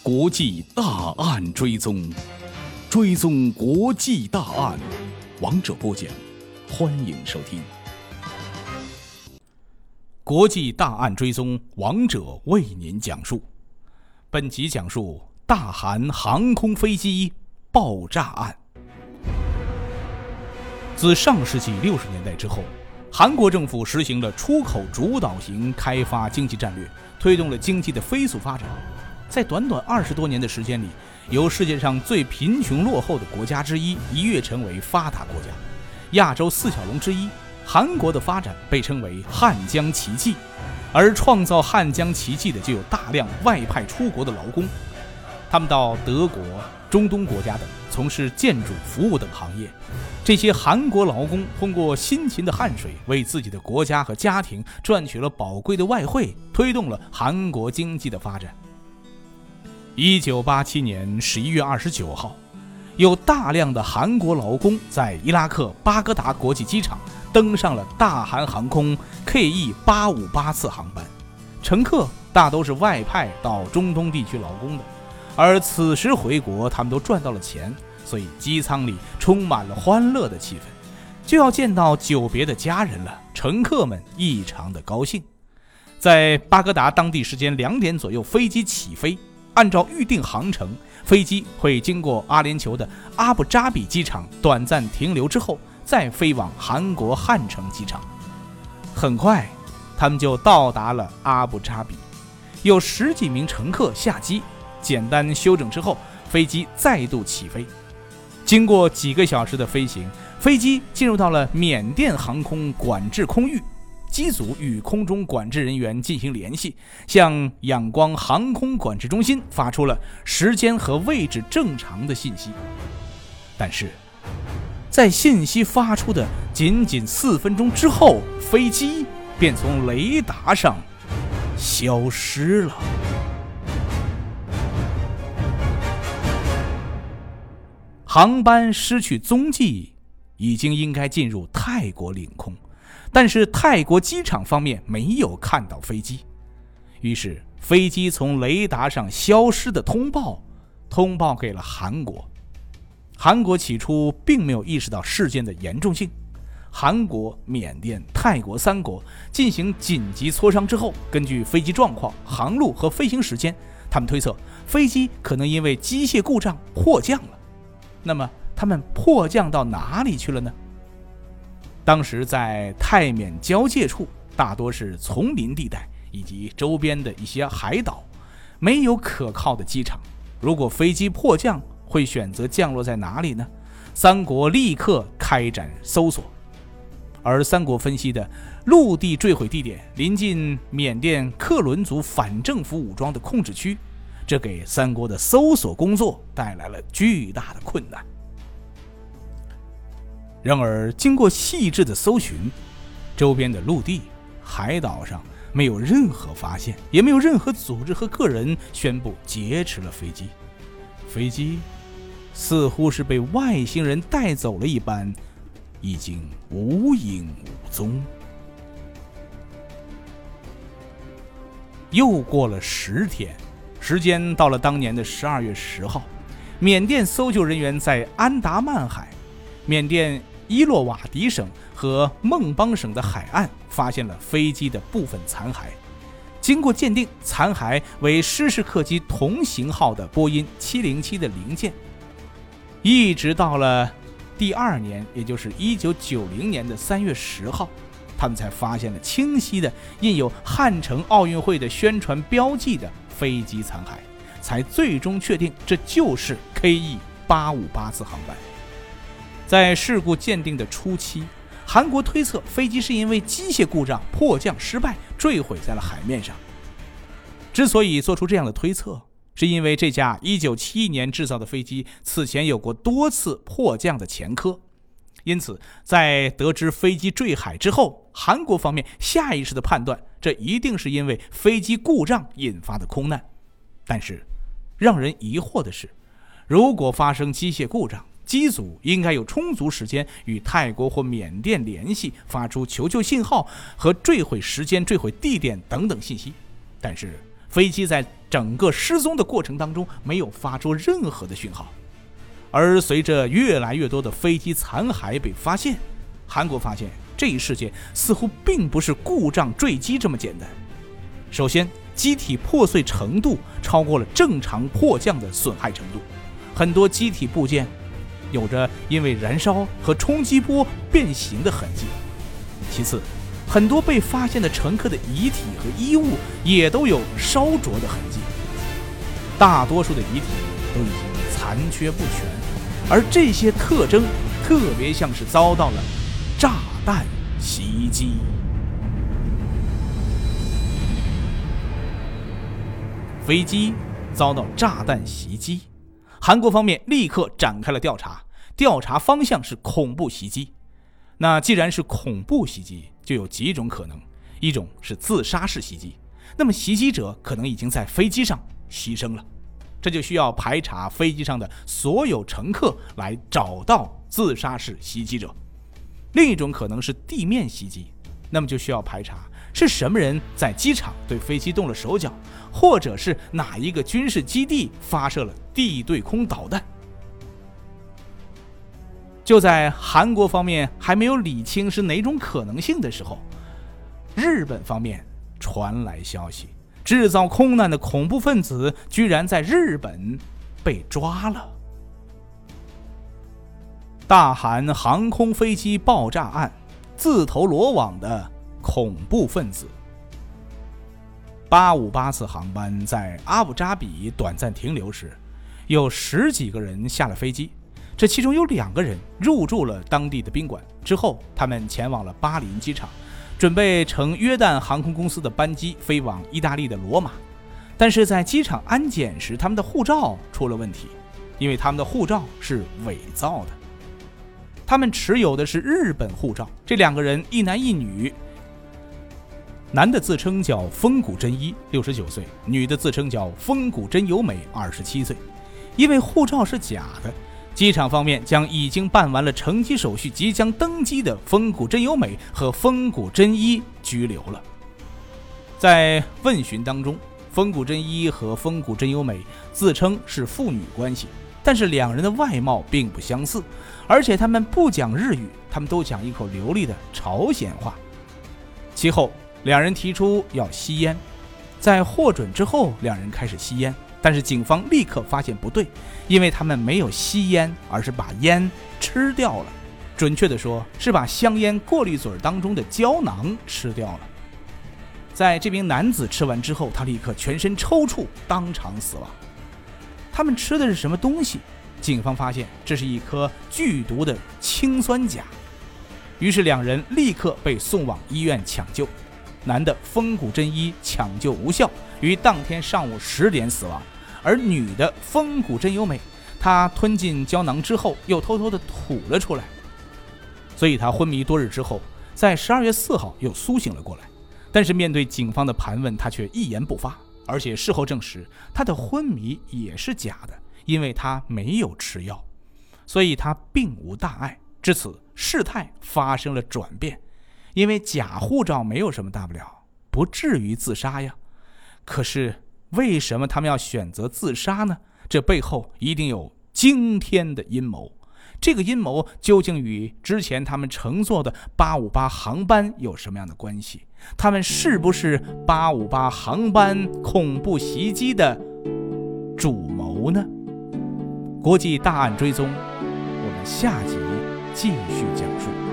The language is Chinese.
国际大案追踪，追踪国际大案，王者播讲，欢迎收听。国际大案追踪，王者为您讲述。本集讲述大韩航空飞机爆炸案。自上世纪60年代之后，韩国政府实行了出口主导型开发经济战略，推动了经济的飞速发展。在短短20多年的时间里，由世界上最贫穷落后的国家之一一跃成为发达国家。亚洲四小龙之一，韩国的发展被称为汉江奇迹，而创造汉江奇迹的就有大量外派出国的劳工，他们到德国、中东国家等从事建筑、服务等行业。这些韩国劳工通过辛勤的汗水，为自己的国家和家庭赚取了宝贵的外汇，推动了韩国经济的发展。1987年11月29号，有大量的韩国劳工在伊拉克巴格达国际机场登上了大韩航空 KE858 次航班，乘客大都是外派到中东地区劳工的，而此时回国他们都赚到了钱，所以机舱里充满了欢乐的气氛，就要见到久别的家人了，乘客们异常的高兴。在巴格达当地时间2点左右，飞机起飞，按照预定航程，飞机会经过阿联酋的阿布扎比机场短暂停留之后，再飞往韩国汉城机场。很快他们就到达了阿布扎比，有10几名乘客下机，简单休整之后，飞机再度起飞。经过几个小时的飞行，飞机进入到了缅甸航空管制空域，机组与空中管制人员进行联系，向仰光航空管制中心发出了时间和位置正常的信息。但是在信息发出的仅4分钟之后，飞机便从雷达上消失了。航班失去踪迹，已经应该进入泰国领空，但是泰国机场方面没有看到飞机，于是飞机从雷达上消失的通报给了韩国。韩国起初并没有意识到事件的严重性，韩国、缅甸、泰国3国进行紧急磋商之后，根据飞机状况、航路和飞行时间，他们推测飞机可能因为机械故障迫降了。那么他们迫降到哪里去了呢？当时在泰缅交界处大多是丛林地带以及周边的一些海岛，没有可靠的机场。如果飞机迫降，会选择降落在哪里呢？3国立刻开展搜索，而3国分析的陆地坠毁地点临近缅甸克伦族反政府武装的控制区，这给3国的搜索工作带来了巨大的困难。然而经过细致的搜寻，周边的陆地、海岛上没有任何发现，也没有任何组织和个人宣布劫持了飞机。飞机似乎是被外星人带走了一般，已经无影无踪。又过了10天，时间到了当年的12月10号，缅甸搜救人员在安达曼海、缅甸伊洛瓦底省和孟邦省的海岸发现了飞机的部分残骸。经过鉴定，残骸为失事客机同型号的波音707的零件。一直到了第2年，也就是1990年的3月10号，他们才发现了清晰的印有汉城奥运会的宣传标记的飞机残骸，才最终确定这就是 KE858 次航班。在事故鉴定的初期，韩国推测飞机是因为机械故障迫降失败，坠毁在了海面上。之所以做出这样的推测，是因为这架1971年制造的飞机此前有过多次迫降的前科，因此在得知飞机坠海之后，韩国方面下意识地判断这一定是因为飞机故障引发的空难。但是让人疑惑的是，如果发生机械故障，机组应该有充足时间与泰国或缅甸联系，发出求救信号和坠毁时间、坠毁地点等等信息。但是飞机在整个失踪的过程当中没有发出任何的讯号。而随着越来越多的飞机残骸被发现，韩国发现这一事件似乎并不是故障坠机这么简单。首先，机体破碎程度超过了正常迫降的损害程度，很多机体部件有着因为燃烧和冲击波变形的痕迹。其次，很多被发现的乘客的遗体和衣物也都有烧灼的痕迹，大多数的遗体都已经残缺不全，而这些特征特别像是遭到了炸弹袭击。飞机遭到炸弹袭击，韩国方面立刻展开了调查，调查方向是恐怖袭击。那既然是恐怖袭击，就有几种可能，一种是自杀式袭击，那么袭击者可能已经在飞机上牺牲了，这就需要排查飞机上的所有乘客来找到自杀式袭击者。另一种可能是地面袭击，那么就需要排查是什么人在机场对飞机动了手脚，或者是哪一个军事基地发射了地对空导弹。就在韩国方面还没有理清是哪种可能性的时候，日本方面传来消息，制造空难的恐怖分子居然在日本被抓了。大韩航空飞机爆炸案，自投罗网的恐怖分子。858次航班在阿布扎比短暂停留时，有10几个人下了飞机，这其中有2个人入住了当地的宾馆，之后他们前往了巴林机场，准备乘约旦航空公司的班机飞往意大利的罗马。但是在机场安检时，他们的护照出了问题，因为他们的护照是伪造的。他们持有的是日本护照，这2个人一男一女，男的自称叫丰谷真一69岁，女的自称叫丰谷真由美27岁。因为护照是假的，机场方面将已经办完了乘机手续即将登机的丰谷真由美和丰谷真一拘留了。在问询当中，丰谷真一和丰谷真由美自称是父女关系，但是2人的外貌并不相似，而且他们不讲日语，他们都讲一口流利的朝鲜话。其后2人提出要吸烟，在获准之后2人开始吸烟，但是警方立刻发现不对，因为他们没有吸烟，而是把烟吃掉了，准确的说是把香烟过滤嘴当中的胶囊吃掉了。在这名男子吃完之后，他立刻全身抽搐，当场死亡。他们吃的是什么东西？警方发现这是一颗剧毒的氰酸钾，于是2人立刻被送往医院抢救。男的丰谷真一抢救无效，于当天上午10点死亡，而女的丰谷真由美，她吞进胶囊之后又偷偷的吐了出来，所以她昏迷多日之后，在12月4号又苏醒了过来。但是面对警方的盘问，她却一言不发，而且事后证实她的昏迷也是假的，因为她没有吃药，所以她并无大碍。至此事态发生了转变，因为假护照没有什么大不了，不至于自杀呀。可是为什么他们要选择自杀呢？这背后一定有惊天的阴谋。这个阴谋究竟与之前他们乘坐的858航班有什么样的关系？他们是不是858航班恐怖袭击的主谋呢？国际大案追踪，我们下集继续讲述。